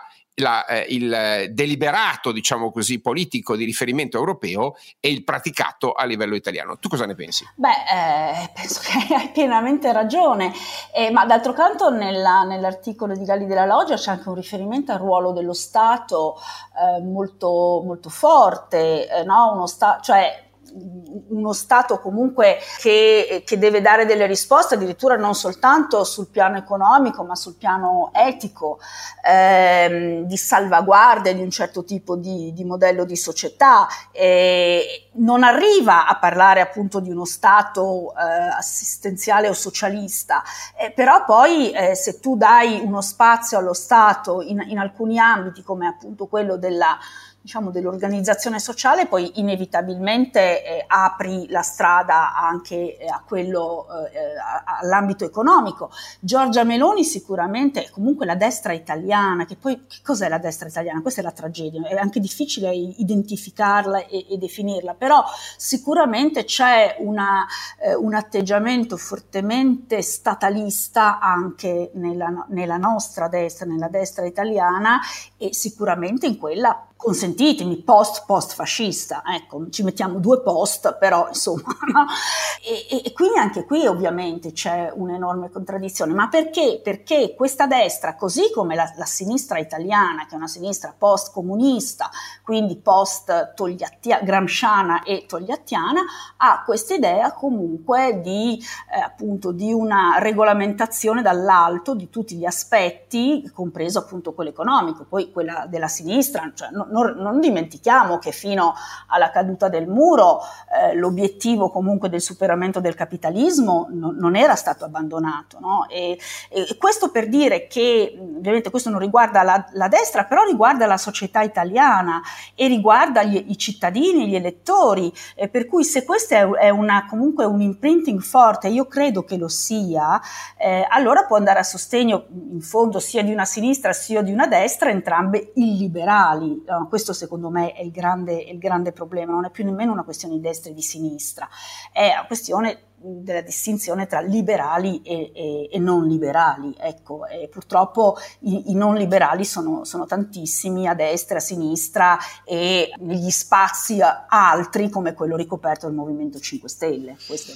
il deliberato, diciamo così, politico di riferimento europeo e il praticato a livello italiano. Tu cosa ne pensi? Penso che hai pienamente ragione, ma d'altro canto nell'articolo di Galli della Loggia c'è anche un riferimento al ruolo dello Stato molto, molto forte, no? Uno Stato comunque che deve dare delle risposte addirittura non soltanto sul piano economico ma sul piano etico, di salvaguardia di un certo tipo di modello di società. Non arriva a parlare appunto di uno Stato assistenziale o socialista, però poi se tu dai uno spazio allo Stato in alcuni ambiti, come appunto quello dell'organizzazione sociale, poi inevitabilmente apri la strada anche a quello, all'ambito economico. Giorgia Meloni sicuramente, comunque la destra italiana, che poi che cos'è la destra italiana? Questa è la tragedia, è anche difficile identificarla e definirla, però sicuramente c'è un atteggiamento fortemente statalista anche nella nostra destra, nella destra italiana, e sicuramente in quella, consentitemi, post-fascista, ecco, ci mettiamo due post, però insomma, no? E quindi anche qui ovviamente c'è un'enorme contraddizione, ma perché? Perché questa destra, così come la sinistra italiana, che è una sinistra post-comunista, quindi gramsciana e togliattiana, ha questa idea comunque appunto di una regolamentazione dall'alto di tutti gli aspetti, compreso appunto quello economico. Poi quella della sinistra, cioè non dimentichiamo che fino alla caduta del muro l'obiettivo comunque del superamento del capitalismo non era stato abbandonato, no? E questo per dire che ovviamente questo non riguarda la destra, però riguarda la società italiana e riguarda i cittadini, gli elettori. imprenditori, per cui se questo è comunque un imprinting forte, io credo che lo sia, allora può andare a sostegno in fondo sia di una sinistra sia di una destra, entrambe illiberali. Questo secondo me è il grande problema, non è più nemmeno una questione di destra e di sinistra, è una questione della distinzione tra liberali e non liberali. Ecco, e purtroppo i non liberali sono tantissimi a destra, a sinistra e negli spazi altri come quello ricoperto dal Movimento 5 Stelle. Questo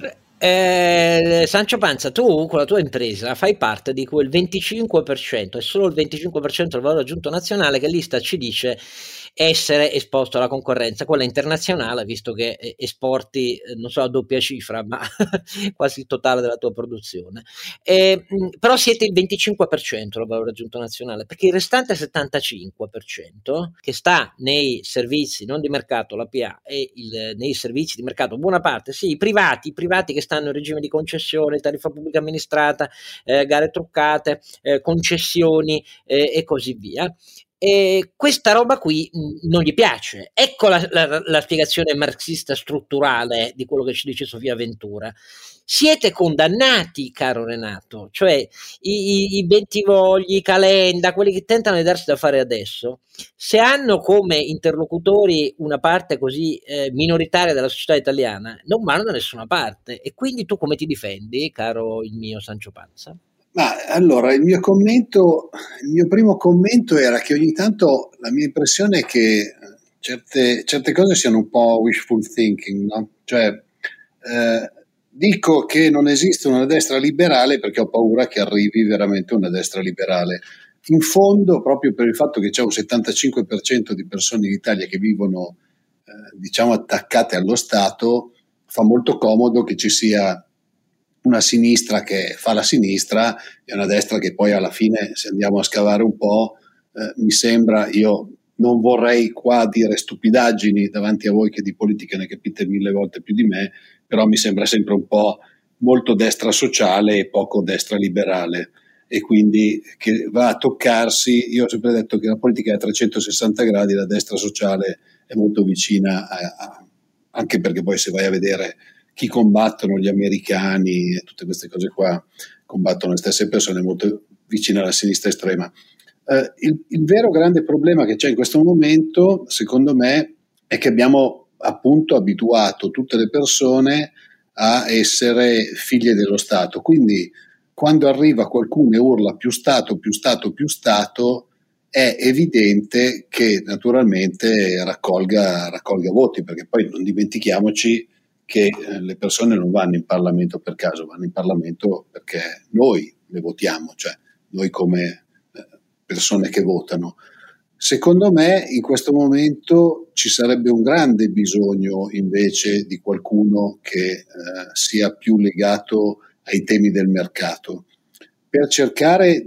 è Sancio Panza, tu con la tua impresa fai parte di quel 25%, è solo il 25% del valore aggiunto nazionale che l'Istat ci dice essere esposto alla concorrenza, quella internazionale, visto che esporti non so a doppia cifra, ma quasi il totale della tua produzione. Però siete il 25% del valore aggiunto nazionale, perché il restante 75% che sta nei servizi non di mercato, la PA, e nei servizi di mercato, buona parte, sì, i privati che stanno in regime di concessione, tariffa pubblica amministrata, gare truccate, concessioni e così via. E questa roba qui non gli piace. Ecco la spiegazione marxista strutturale di quello che ci dice Sofia Ventura. Siete condannati, caro Renato, cioè i Bentivogli, i Calenda, quelli che tentano di darsi da fare adesso, se hanno come interlocutori una parte così minoritaria della società italiana, non vanno da nessuna parte. E quindi tu come ti difendi, caro il mio Sancio Panza? Ma allora, il mio primo commento era che ogni tanto la mia impressione è che certe cose siano un po' wishful thinking, no? Cioè, dico che non esiste una destra liberale perché ho paura che arrivi veramente una destra liberale. In fondo, proprio per il fatto che c'è un 75% di persone in Italia che vivono, diciamo, attaccate allo Stato, fa molto comodo che ci sia una sinistra che fa la sinistra e una destra che poi alla fine, se andiamo a scavare un po', mi sembra, io non vorrei qua dire stupidaggini davanti a voi che di politica ne capite 1000 volte più di me, però mi sembra sempre un po' molto destra sociale e poco destra liberale, e quindi che va a toccarsi. Io ho sempre detto che la politica è a 360 gradi, la destra sociale è molto vicina anche perché poi se vai a vedere chi combattono, gli americani e tutte queste cose qua, combattono le stesse persone molto vicine alla sinistra estrema. Il vero grande problema che c'è in questo momento, secondo me, è che abbiamo appunto abituato tutte le persone a essere figlie dello Stato. Quindi quando arriva qualcuno e urla più Stato, più Stato, più Stato, è evidente che naturalmente raccolga voti, perché poi non dimentichiamoci che le persone non vanno in Parlamento per caso, vanno in Parlamento perché noi le votiamo, cioè noi come persone che votano. Secondo me in questo momento ci sarebbe un grande bisogno invece di qualcuno che sia più legato ai temi del mercato, per cercare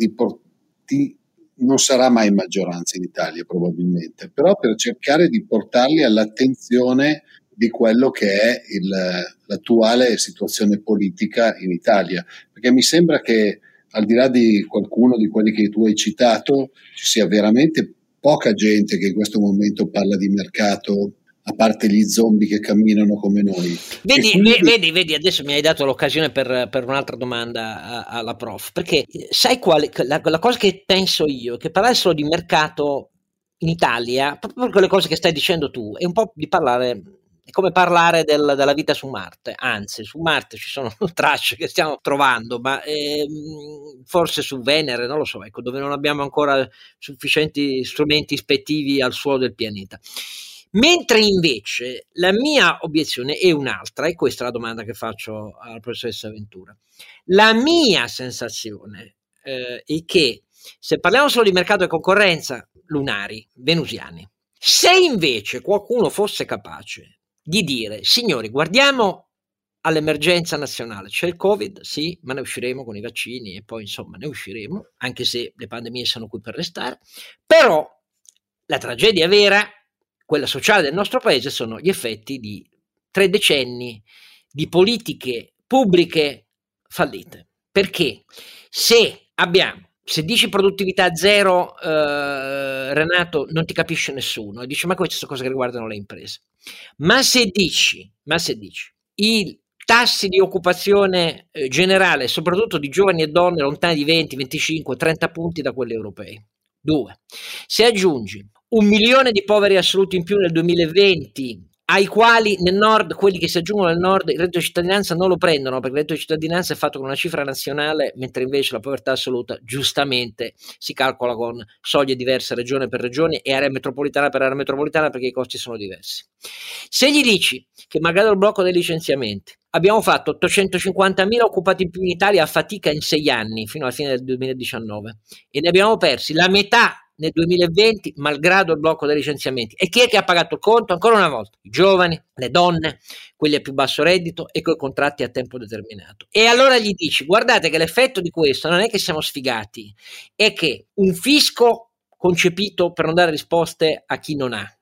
non sarà mai maggioranza in Italia probabilmente, però per cercare di portarli all'attenzione di quello che è l'attuale situazione politica in Italia, perché mi sembra che al di là di qualcuno di quelli che tu hai citato ci sia veramente poca gente che in questo momento parla di mercato, a parte gli zombie che camminano come noi. Vedi, adesso mi hai dato l'occasione per un'altra domanda alla prof, perché sai quale la cosa che penso io, che parlare solo di mercato in Italia, proprio per le cose che stai dicendo tu, è un po' di parlare. È come parlare della vita su Marte, anzi su Marte ci sono tracce che stiamo trovando, ma forse su Venere, non lo so, ecco, dove non abbiamo ancora sufficienti strumenti ispettivi al suolo del pianeta. Mentre invece la mia obiezione è un'altra, e questa è la domanda che faccio alla professoressa Ventura. La mia sensazione è che se parliamo solo di mercato e concorrenza, lunari, venusiani, se invece qualcuno fosse capace di dire, signori, guardiamo all'emergenza nazionale, c'è il Covid, sì, ma ne usciremo con i vaccini e poi insomma ne usciremo, anche se le pandemie sono qui per restare, però la tragedia vera, quella sociale del nostro paese, sono gli effetti di 3 decenni di politiche pubbliche fallite, perché se abbiamo se dici produttività zero, Renato, non ti capisce nessuno e dici ma queste sono cose che riguardano le imprese. Ma se dici i tassi di occupazione generale, soprattutto di giovani e donne lontani di 20, 25, 30 punti da quelli europei. 2. Se aggiungi 1 milione di poveri assoluti in più nel 2020, ai quali nel nord, quelli che si aggiungono nel nord, il reddito di cittadinanza non lo prendono, perché il reddito di cittadinanza è fatto con una cifra nazionale, mentre invece la povertà assoluta giustamente si calcola con soglie diverse regione per regione e area metropolitana per area metropolitana, perché i costi sono diversi. Se gli dici che malgrado il blocco dei licenziamenti abbiamo fatto 850.000 occupati in più in Italia a fatica in 6 anni fino alla fine del 2019 e ne abbiamo persi la metà nel 2020 malgrado il blocco dei licenziamenti, e chi è che ha pagato il conto? Ancora una volta i giovani, le donne, quelli a più basso reddito e coi contratti a tempo determinato. E allora gli dici guardate che l'effetto di questo non è che siamo sfigati, è che un fisco concepito per non dare risposte a chi non ha.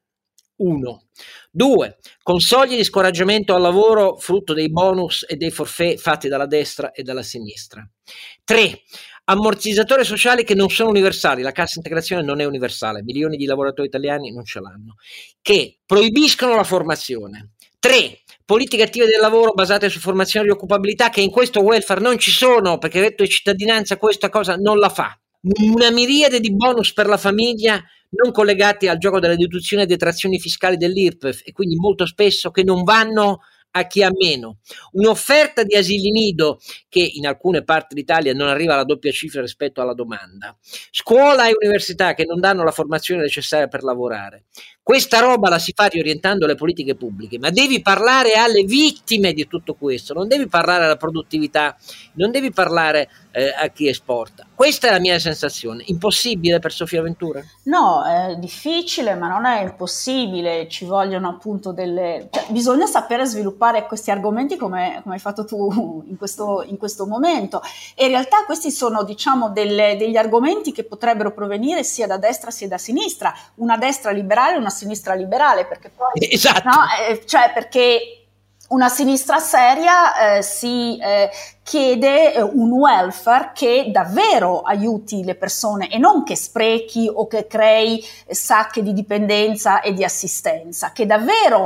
1. 2. Con soglie di scoraggiamento al lavoro frutto dei bonus e dei forfait fatti dalla destra e dalla sinistra. 3. Ammortizzatori sociali che non sono universali, la cassa integrazione non è universale, milioni di lavoratori italiani non ce l'hanno, che proibiscono la formazione. 3. Politiche attive del lavoro basate su formazione e occupabilità che in questo welfare non ci sono, perché il reddito di cittadinanza questa cosa non la fa. Una miriade di bonus per la famiglia non collegati al gioco delle deduzioni e detrazioni fiscali dell'IRPEF e quindi molto spesso che non vanno a chi ha meno, un'offerta di asili nido che in alcune parti d'Italia non arriva alla doppia cifra rispetto alla domanda, scuola e università che non danno la formazione necessaria per lavorare. Questa roba la si fa riorientando le politiche pubbliche, ma devi parlare alle vittime di tutto questo, non devi parlare alla produttività, non devi parlare a chi esporta. Questa è la mia sensazione. Impossibile per Sofia Ventura? No, è difficile, ma non è impossibile. Ci vogliono appunto bisogna sapere sviluppare questi argomenti come hai fatto tu in questo momento. E in realtà questi sono, diciamo, degli argomenti che potrebbero provenire sia da destra sia da sinistra. Una destra liberale e una sinistra liberale, perché poi esatto. No, perché una sinistra seria si chiede un welfare che davvero aiuti le persone e non che sprechi o che crei sacche di dipendenza e di assistenza, che davvero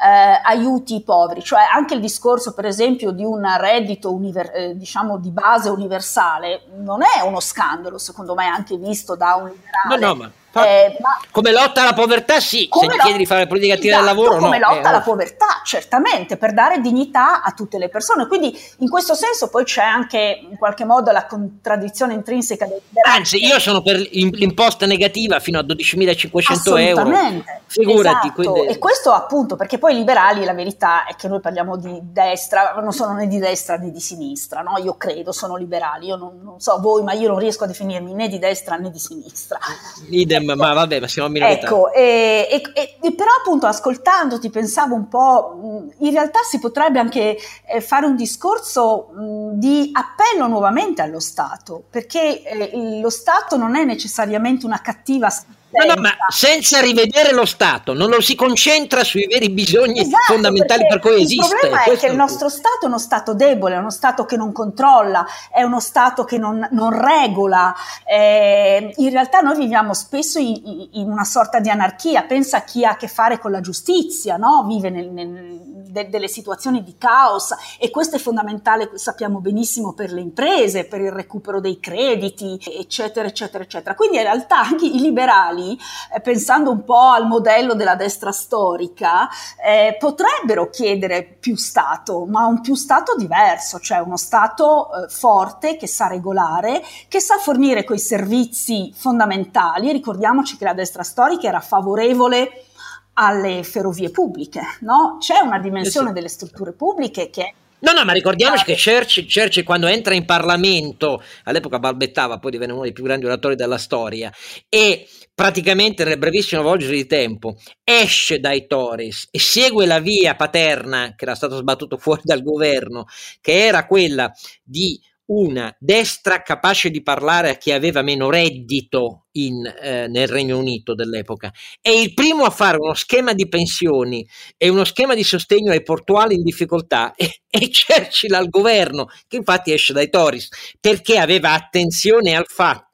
aiuti i poveri. Cioè anche il discorso per esempio di un reddito diciamo di base universale non è uno scandalo, secondo me, anche visto da un liberale. Ma come lotta alla povertà sì, se gli chiedi di fare politica attiva del lavoro come lotta alla povertà, certamente, per dare dignità a tutte le persone. Quindi in questo senso poi c'è anche in qualche modo la contraddizione intrinseca del liberale. Anzi, io sono per l'imposta negativa fino a 12.500 euro. Figurati. Esatto. Quindi... E questo appunto perché poi i liberali, la verità è che noi parliamo di destra, non sono né di destra né di sinistra, no? Io credo sono liberali, io non so voi, ma io non riesco a definirmi né di destra né di sinistra. Idem. Ma vabbè, ma siamo a minorità. Ecco, però appunto ascoltandoti pensavo un po', in realtà si potrebbe anche fare un discorso di appello nuovamente allo Stato, perché lo Stato non è necessariamente una cattiva No, ma senza rivedere lo Stato, non lo si concentra sui veri bisogni fondamentali per cui esiste. Il problema è che il nostro Stato è uno Stato debole, è uno Stato che non controlla, è uno Stato che non regola. In realtà noi viviamo spesso in una sorta di anarchia. Pensa a chi ha a che fare con la giustizia, no? Vive delle situazioni di caos, e questo è fondamentale, sappiamo benissimo, per le imprese, per il recupero dei crediti, eccetera, eccetera, eccetera. Quindi in realtà anche i liberali, pensando un po' al modello della destra storica, potrebbero chiedere più Stato, ma un più Stato diverso, cioè uno Stato forte, che sa regolare, che sa fornire quei servizi fondamentali. Ricordiamoci che la destra storica era favorevole alle ferrovie pubbliche, no? C'è una dimensione delle strutture pubbliche che... No, ma ricordiamoci che Churchill quando entra in Parlamento, all'epoca balbettava, poi divenne uno dei più grandi oratori della storia, e praticamente nel brevissimo volgere di tempo esce dai Tories e segue la via paterna che era stato sbattuto fuori dal governo, che era quella di una destra capace di parlare a chi aveva meno reddito nel Regno Unito dell'epoca. È il primo a fare uno schema di pensioni e uno schema di sostegno ai portuali in difficoltà, e Churchill al governo, che infatti esce dai Tories perché aveva attenzione al fatto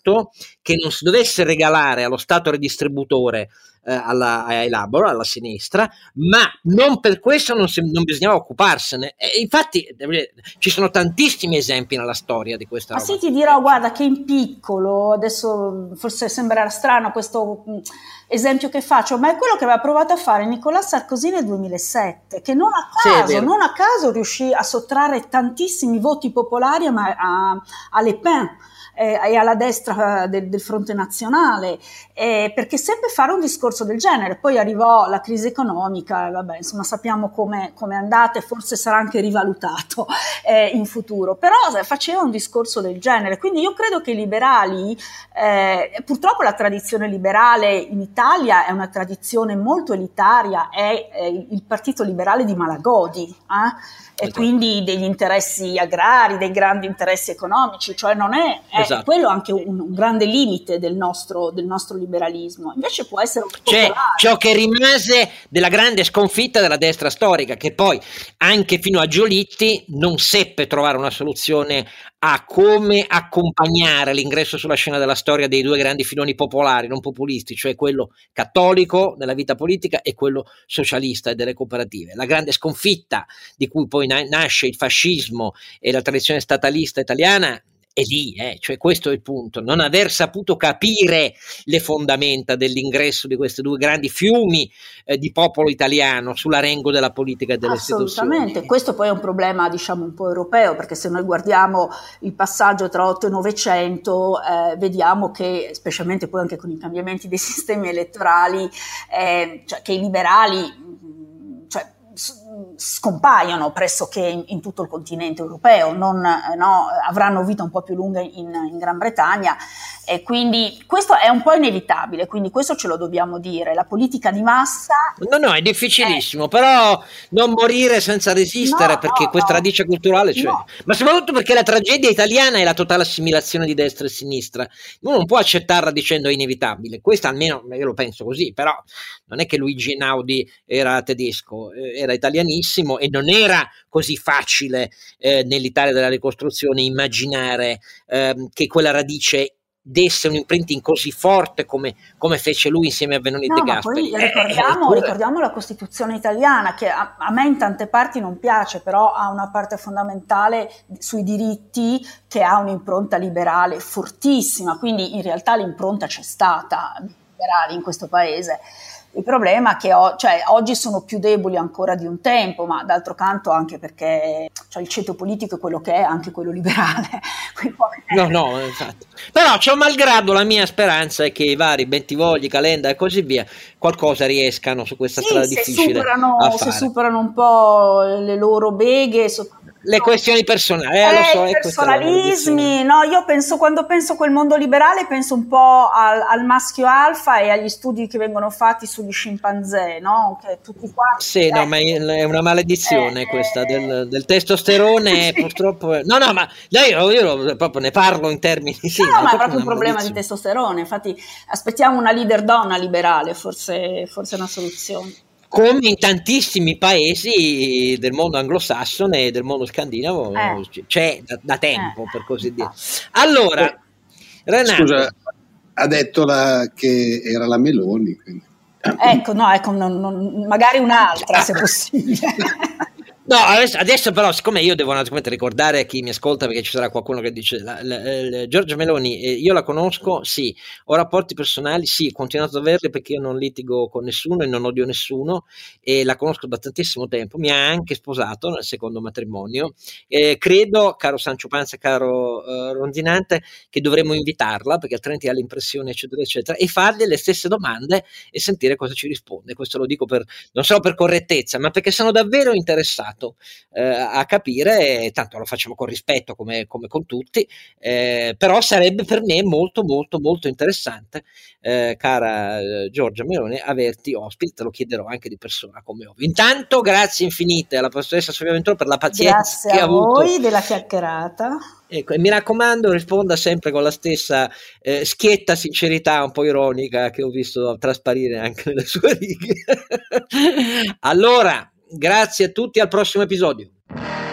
voto che non si dovesse regalare allo Stato redistributore ai Labour, alla sinistra, ma non per questo non bisognava occuparsene. E infatti ci sono tantissimi esempi nella storia di questa roba. Ma sì, ti dirò, guarda, che in piccolo, adesso forse sembrerà strano questo esempio che faccio, ma è quello che aveva provato a fare Nicolas Sarkozy nel 2007, che non a caso riuscì a sottrarre tantissimi voti popolari a Le Pen e alla destra del Fronte Nazionale, perché seppe fare un discorso del genere. Poi arrivò la crisi economica e vabbè, insomma, sappiamo come è andata, e forse sarà anche rivalutato in futuro, però faceva un discorso del genere. Quindi io credo che i liberali, purtroppo la tradizione liberale in Italia è una tradizione molto elitaria, è il partito liberale di Malagodi, e quindi degli interessi agrari, dei grandi interessi economici, cioè non è esatto. Quello anche un grande limite del nostro liberalismo. Invece può essere un cioè ciò che rimase della grande sconfitta della destra storica, che poi anche fino a Giolitti non seppe trovare una soluzione a come accompagnare l'ingresso sulla scena della storia dei due grandi filoni popolari, non populisti, cioè quello cattolico nella vita politica e quello socialista e delle cooperative. La grande sconfitta di cui poi nasce il fascismo e la tradizione statalista italiana è lì, cioè questo è il punto, non aver saputo capire le fondamenta dell'ingresso di questi due grandi fiumi di popolo italiano sull'arengo della politica e delle istituzioni. Assolutamente, questo poi è un problema, diciamo, un po' europeo, perché se noi guardiamo il passaggio tra 8 e 900 vediamo che, specialmente poi anche con i cambiamenti dei sistemi elettorali, cioè che i liberali scompaiono pressoché in tutto il continente europeo, avranno vita un po' più lunga in Gran Bretagna, e quindi questo è un po' inevitabile, quindi questo ce lo dobbiamo dire. La politica di massa no, è difficilissimo, però non morire senza resistere, perché questa radice culturale c'è, ma soprattutto perché la tragedia italiana è la totale assimilazione di destra e sinistra. Uno non può accettarla dicendo è inevitabile, questo almeno io lo penso così, però non è che Luigi Einaudi era tedesco, era italianissimo, e non era così facile nell'Italia della ricostruzione immaginare che quella radice desse un imprinting così forte come fece lui insieme a Benoni De Gasperi. Poi ricordiamo la Costituzione italiana, che a me in tante parti non piace, però ha una parte fondamentale sui diritti che ha un'impronta liberale fortissima, quindi in realtà l'impronta c'è stata liberale in questo paese. Il problema è che oggi sono più deboli ancora di un tempo, ma d'altro canto anche perché il ceto politico è quello che è, anche quello liberale. No, infatti. Però ciò malgrado la mia speranza è che i vari Bentivogli, Calenda e così via qualcosa riescano su questa strada difficile se superano un po' le loro beghe, le questioni personali, i personalismi. No, io quando penso a quel mondo liberale penso un po' al maschio alfa e agli studi che vengono fatti sugli scimpanzé, no? Che tutti quanti. Sì, no, ma è una maledizione questa del testosterone, purtroppo. No, ma io proprio ne parlo in termini. Sì, no, ma è proprio un problema di testosterone. Infatti, aspettiamo una leader donna liberale, forse è una soluzione. Come in tantissimi paesi del mondo anglosassone e del mondo scandinavo c'è da tempo, per così dire. Allora, Renato. Scusa, ha detto che era la Meloni. Quindi. Ecco, magari un'altra, se possibile. No, adesso però, siccome io devo naturalmente ricordare a chi mi ascolta, perché ci sarà qualcuno che dice Giorgia Meloni, io la conosco, sì, ho rapporti personali, sì, ho continuato ad averli perché io non litigo con nessuno e non odio nessuno, e la conosco da tantissimo tempo. Mi ha anche sposato nel secondo matrimonio, credo, caro Sancio Panza, caro Ronzinante, che dovremmo invitarla, perché altrimenti ha l'impressione eccetera eccetera, e fargli le stesse domande e sentire cosa ci risponde. Questo lo dico non solo per correttezza, ma perché sono davvero interessato a capire, tanto lo facciamo con rispetto come con tutti, però sarebbe per me molto molto molto interessante, cara Giorgia Meloni, averti ospite. Te lo chiederò anche di persona, come ovvio. Intanto grazie infinite alla professoressa Sofia Ventura per la pazienza che ha avuto. Grazie a voi della chiacchierata. Ecco, e mi raccomando, risponda sempre con la stessa schietta sincerità un po' ironica che ho visto trasparire anche nelle sue righe. Allora, grazie a tutti, al prossimo episodio.